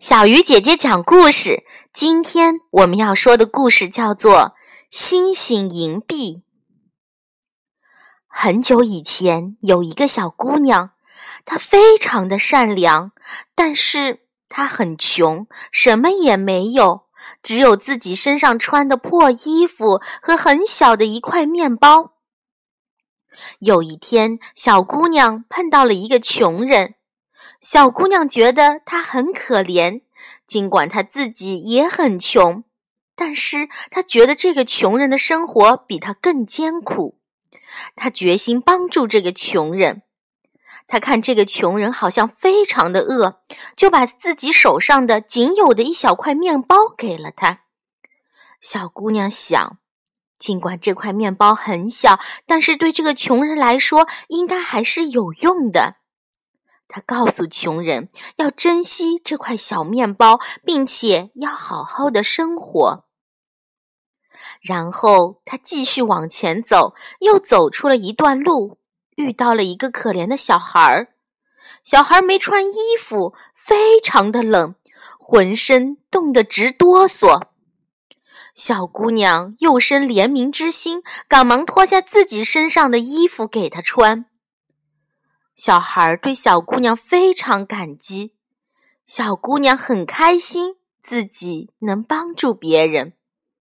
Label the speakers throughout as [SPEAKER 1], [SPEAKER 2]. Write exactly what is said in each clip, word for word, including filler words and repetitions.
[SPEAKER 1] 小鱼姐姐讲故事，今天我们要说的故事叫做《星星银币》。很久以前，有一个小姑娘，她非常的善良，但是她很穷，什么也没有，只有自己身上穿的破衣服和很小的一块面包。有一天，小姑娘碰到了一个穷人，小姑娘觉得他很可怜，尽管她自己也很穷，但是她觉得这个穷人的生活比她更艰苦。她决心帮助这个穷人。她看这个穷人好像非常的饿，就把自己手上的仅有的一小块面包给了他。小姑娘想，尽管这块面包很小，但是对这个穷人来说，应该还是有用的。他告诉穷人要珍惜这块小面包，并且要好好的生活。然后他继续往前走，又走出了一段路，遇到了一个可怜的小孩。小孩没穿衣服，非常的冷，浑身冻得直哆嗦。小姑娘又生怜悯之心，赶忙脱下自己身上的衣服给他穿。小孩对小姑娘非常感激，小姑娘很开心自己能帮助别人。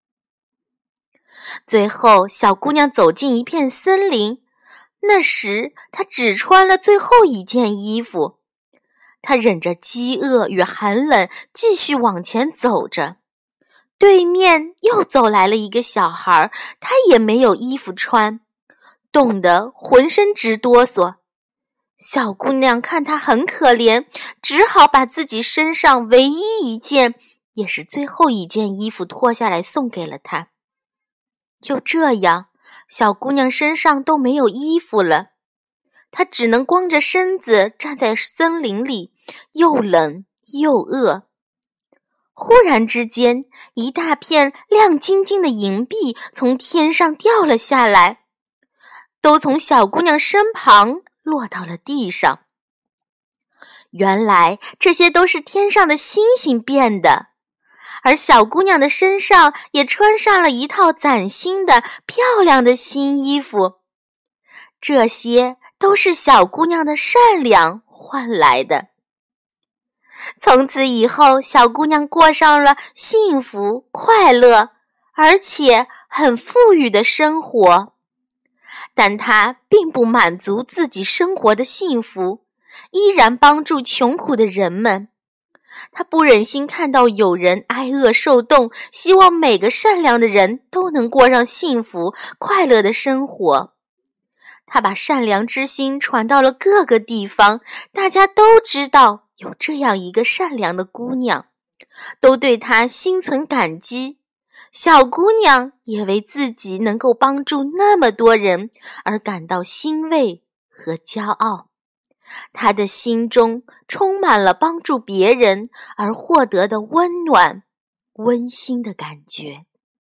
[SPEAKER 1] 最后，小姑娘走进一片森林，那时她只穿了最后一件衣服。她忍着饥饿与寒冷，继续往前走着。对面又走来了一个小孩，他也没有衣服穿，冻得浑身直哆嗦。小姑娘看他很可怜，只好把自己身上唯一一件，也是最后一件衣服脱下来送给了他。就这样，小姑娘身上都没有衣服了，她只能光着身子站在森林里，又冷又饿。忽然之间，一大片亮晶晶的银币从天上掉了下来，都从小姑娘身旁落到了地上。原来这些都是天上的星星变的，而小姑娘的身上也穿上了一套崭新的漂亮的新衣服。这些都是小姑娘的善良换来的。从此以后，小姑娘过上了幸福、快乐，而且很富裕的生活。但她并不满足自己生活的幸福，依然帮助穷苦的人们。她不忍心看到有人挨饿受冻，希望每个善良的人都能过上幸福、快乐的生活。她把善良之心传到了各个地方，大家都知道有这样一个善良的姑娘，都对她心存感激。小姑娘也为自己能够帮助那么多人而感到欣慰和骄傲。她的心中充满了帮助别人而获得的温暖、温馨的感觉。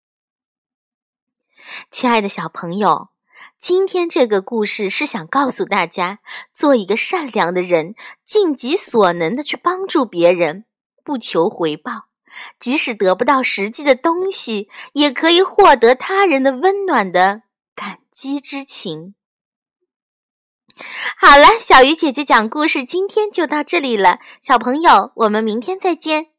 [SPEAKER 1] 亲爱的小朋友，今天这个故事是想告诉大家，做一个善良的人，尽己所能的去帮助别人，不求回报，即使得不到实际的东西，也可以获得他人的温暖的感激之情。好了，小鱼姐姐讲故事今天就到这里了，小朋友，我们明天再见。